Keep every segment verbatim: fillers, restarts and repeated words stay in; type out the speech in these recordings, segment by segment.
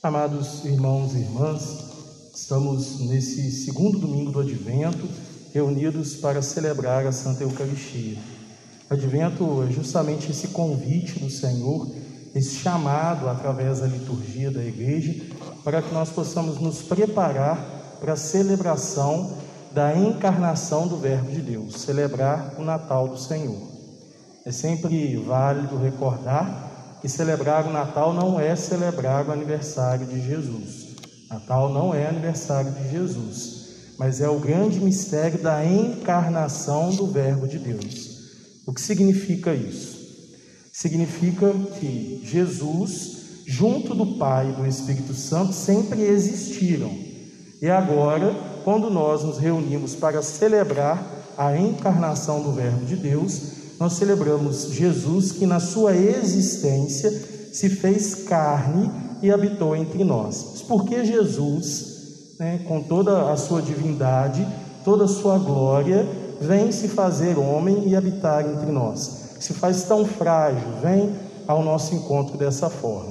Amados irmãos e irmãs, estamos nesse segundo domingo do Advento, reunidos para celebrar a Santa Eucaristia. O Advento é justamente esse convite do Senhor, esse chamado através da liturgia da Igreja, para que nós possamos nos preparar para a celebração da encarnação do Verbo de Deus, celebrar o Natal do Senhor. É sempre válido recordar que celebrar o Natal não é celebrar o aniversário de Jesus. Natal não é aniversário de Jesus, mas é o grande mistério da encarnação do Verbo de Deus. O que significa isso? Significa que Jesus, junto do Pai e do Espírito Santo, sempre existiram. E agora, quando nós nos reunimos para celebrar a encarnação do Verbo de Deus, nós celebramos Jesus que na sua existência se fez carne e habitou entre nós. Mas por que Jesus, né, com toda a sua divindade, toda a sua glória, vem se fazer homem e habitar entre nós? Se faz tão frágil, vem ao nosso encontro dessa forma.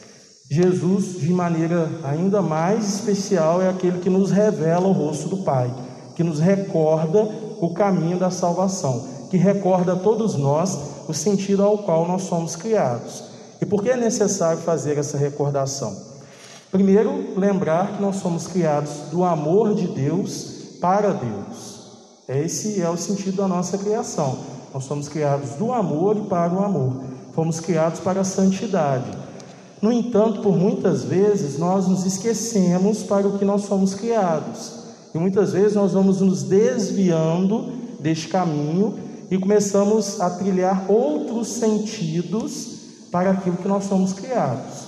Jesus, de maneira ainda mais especial, é aquele que nos revela o rosto do Pai, que nos recorda o caminho da salvação, que recorda a todos nós o sentido ao qual nós somos criados. E por que é necessário fazer essa recordação? Primeiro, lembrar que nós somos criados do amor de Deus para Deus. Esse é o sentido da nossa criação. Nós somos criados do amor e para o amor. Fomos criados para a santidade. No entanto, por muitas vezes, nós nos esquecemos para o que nós somos criados. E muitas vezes nós vamos nos desviando deste caminho e começamos a trilhar outros sentidos para aquilo que nós somos criados.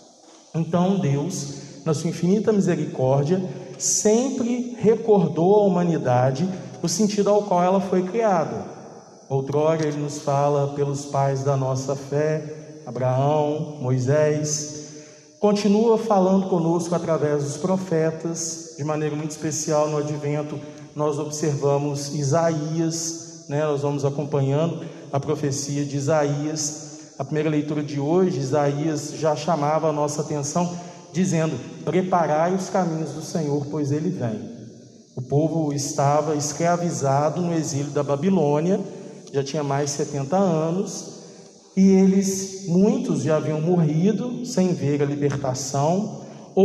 Então Deus, na sua infinita misericórdia, sempre recordou à humanidade o sentido ao qual ela foi criada. Outrora Ele nos fala pelos pais da nossa fé, Abraão, Moisés, continua falando conosco através dos profetas. De maneira muito especial no Advento nós observamos Isaías, né? Nós vamos acompanhando a profecia de Isaías. A primeira leitura de hoje, Isaías já chamava a nossa atenção, dizendo: preparai os caminhos do Senhor, pois Ele vem. O povo estava escravizado no exílio da Babilônia, já tinha mais de setenta anos, e eles, muitos já haviam morrido sem ver a libertação,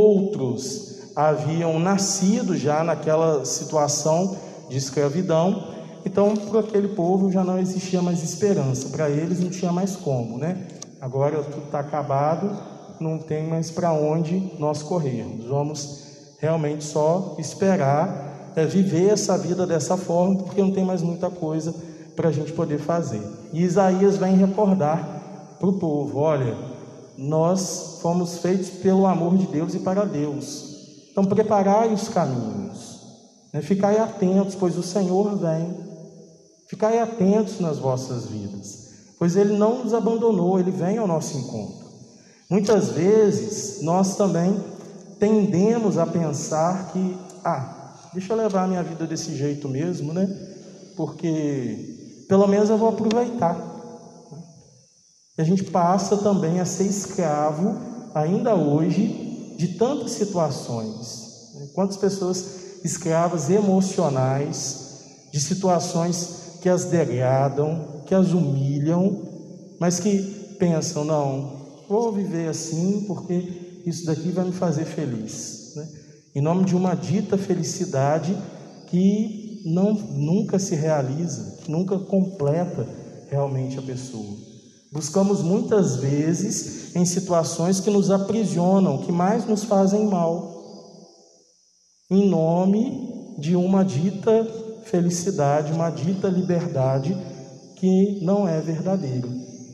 outros haviam nascido já naquela situação de escravidão. Então, para aquele povo já não existia mais esperança, para eles não tinha mais como, né? Agora tudo está acabado, não tem mais para onde nós corrermos. Vamos realmente só esperar, é, viver essa vida dessa forma, porque não tem mais muita coisa para a gente poder fazer. E Isaías vem recordar para o povo: olha, nós fomos feitos pelo amor de Deus e para Deus. Então, preparai os caminhos, né? Ficai atentos, pois o Senhor vem. Ficai atentos nas vossas vidas, pois Ele não nos abandonou, Ele vem ao nosso encontro. Muitas vezes nós também tendemos a pensar que, ah, deixa eu levar a minha vida desse jeito mesmo, né? Porque pelo menos eu vou aproveitar. E a gente passa também a ser escravo, ainda hoje, de tantas situações. Quantas pessoas escravas emocionais, de situações que as degradam, que as humilham, mas que pensam: não, vou viver assim porque isso daqui vai me fazer feliz, né? Em nome de uma dita felicidade que não, nunca se realiza, que nunca completa realmente a pessoa. Buscamos muitas vezes em situações que nos aprisionam, que mais nos fazem mal, em nome de uma dita felicidade, uma dita liberdade que não é verdadeira.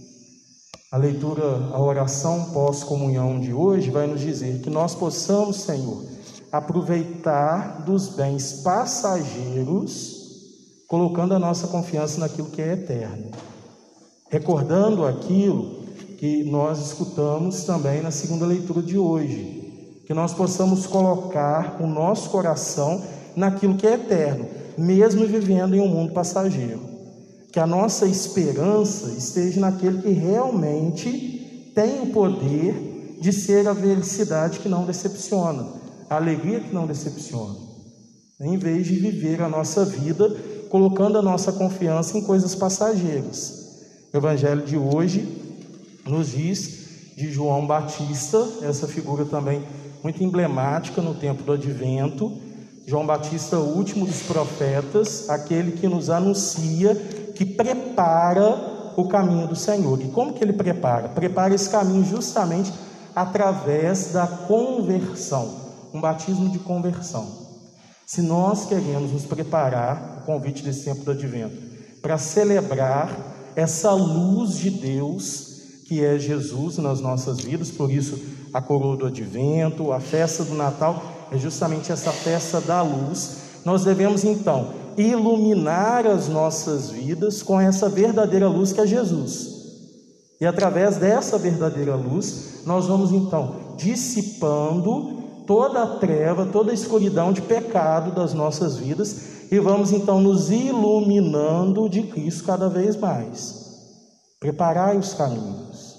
A leitura, a oração pós-comunhão de hoje vai nos dizer que nós possamos, Senhor, aproveitar dos bens passageiros, colocando a nossa confiança naquilo que é eterno, recordando aquilo que nós escutamos também na segunda leitura de hoje, que nós possamos colocar o nosso coração naquilo que é eterno, mesmo vivendo em um mundo passageiro. Que a nossa esperança esteja naquele que realmente tem o poder de ser a felicidade que não decepciona, a alegria que não decepciona, em vez de viver a nossa vida colocando a nossa confiança em coisas passageiras. O Evangelho de hoje nos diz de João Batista, essa figura também muito emblemática no tempo do Advento. João Batista, o último dos profetas, aquele que nos anuncia, que prepara o caminho do Senhor. E como que ele prepara? Prepara esse caminho justamente através da conversão, um batismo de conversão. Se nós queremos nos preparar, o convite desse tempo do Advento, para celebrar essa luz de Deus, que é Jesus nas nossas vidas, por isso a coroa do Advento, a festa do Natal, é justamente essa festa da luz. Nós devemos então iluminar as nossas vidas com essa verdadeira luz que é Jesus. E através dessa verdadeira luz, nós vamos então dissipando toda a treva, toda a escuridão de pecado das nossas vidas e vamos então nos iluminando de Cristo cada vez mais. Preparai os caminhos,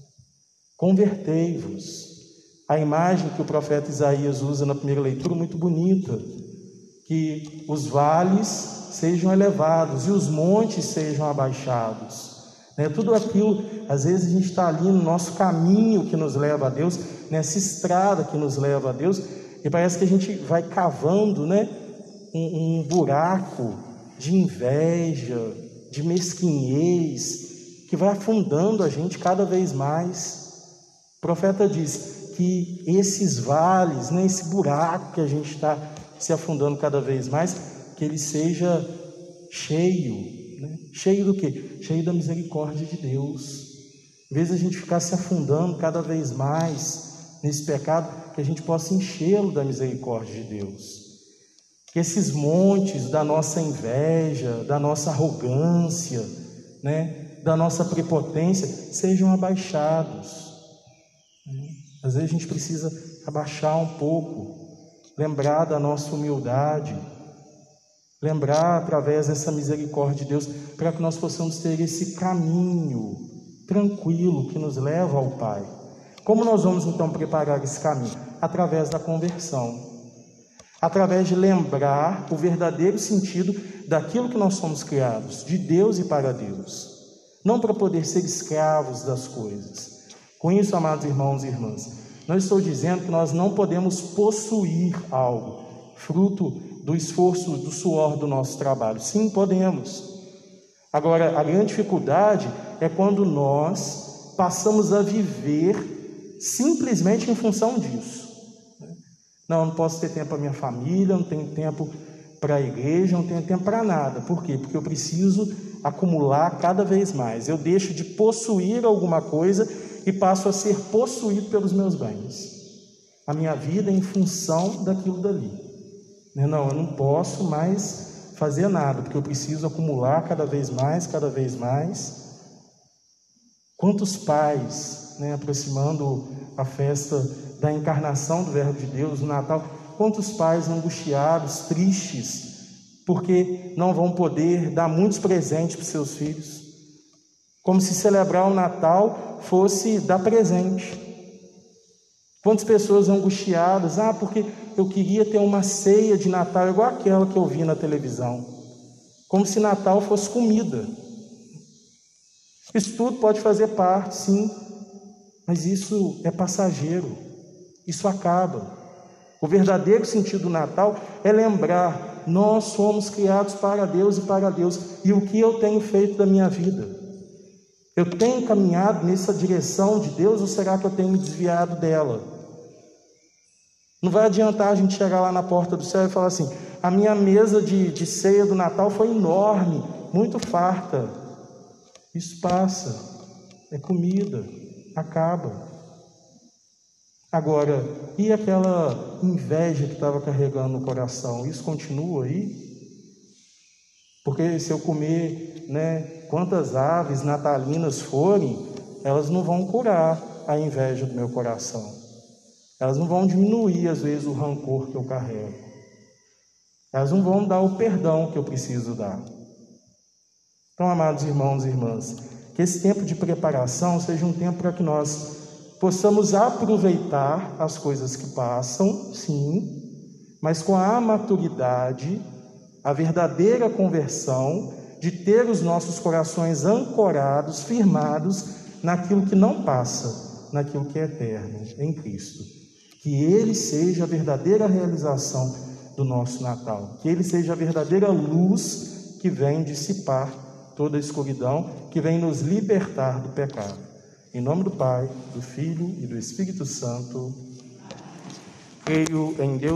convertei-vos. A imagem que o profeta Isaías usa na primeira leitura, muito bonita, que os vales sejam elevados e os montes sejam abaixados. Né? Tudo aquilo, às vezes a gente está ali no nosso caminho que nos leva a Deus, nessa estrada que nos leva a Deus, e parece que a gente vai cavando, né, um, um buraco de inveja, de mesquinhez, que vai afundando a gente cada vez mais. O profeta diz que esses vales, né, esse buraco que a gente está se afundando cada vez mais, que ele seja cheio, né? Cheio do quê? Cheio da misericórdia de Deus. Em vez de a gente ficar se afundando cada vez mais nesse pecado, que a gente possa enchê-lo da misericórdia de Deus. Que esses montes da nossa inveja, da nossa arrogância, né, da nossa prepotência, sejam abaixados. Às vezes a gente precisa abaixar um pouco, lembrar da nossa humildade, lembrar através dessa misericórdia de Deus, para que nós possamos ter esse caminho tranquilo que nos leva ao Pai. Como nós vamos então preparar esse caminho? Através da conversão, através de lembrar o verdadeiro sentido daquilo que nós somos criados, de Deus e para Deus, não para poder ser escravos das coisas. Com isso, amados irmãos e irmãs, não estou dizendo que nós não podemos possuir algo, fruto do esforço, do suor do nosso trabalho. Sim, podemos. Agora, a grande dificuldade é quando nós passamos a viver simplesmente em função disso. Não, eu não posso ter tempo para minha família, não tenho tempo para a igreja, não tenho tempo para nada. Por quê? Porque eu preciso acumular cada vez mais. Eu deixo de possuir alguma coisa e passo a ser possuído pelos meus bens. A minha vida é em função daquilo dali. Não, eu não posso mais fazer nada, porque eu preciso acumular cada vez mais, cada vez mais. Quantos pais, né, aproximando a festa da encarnação do Verbo de Deus, no Natal, quantos pais angustiados, tristes, porque não vão poder dar muitos presentes para os seus filhos, como se celebrar o Natal fosse dar presente. Quantas pessoas angustiadas, ah, porque eu queria ter uma ceia de Natal igual aquela que eu vi na televisão, como se Natal fosse comida. Isso tudo pode fazer parte, sim, mas isso é passageiro, isso acaba. O verdadeiro sentido do Natal é lembrar, nós somos criados para Deus e para Deus, e o que eu tenho feito da minha vida? Eu tenho caminhado nessa direção de Deus ou será que eu tenho me desviado dela? Não vai adiantar a gente chegar lá na porta do céu e falar assim, a minha mesa de, de ceia do Natal foi enorme, muito farta. Isso passa, é comida, acaba. Agora, e aquela inveja que estava carregando no coração? Isso continua aí? Porque se eu comer, né, quantas aves natalinas forem, elas não vão curar a inveja do meu coração. Elas não vão diminuir, às vezes, o rancor que eu carrego. Elas não vão dar o perdão que eu preciso dar. Então, amados irmãos e irmãs, que esse tempo de preparação seja um tempo para que nós possamos aproveitar as coisas que passam, sim, mas com a maturidade, a verdadeira conversão, de ter os nossos corações ancorados, firmados naquilo que não passa, naquilo que é eterno, em Cristo. Que Ele seja a verdadeira realização do nosso Natal, que Ele seja a verdadeira luz que vem dissipar toda a escuridão, que vem nos libertar do pecado. Em nome do Pai, do Filho e do Espírito Santo, creio em Deus.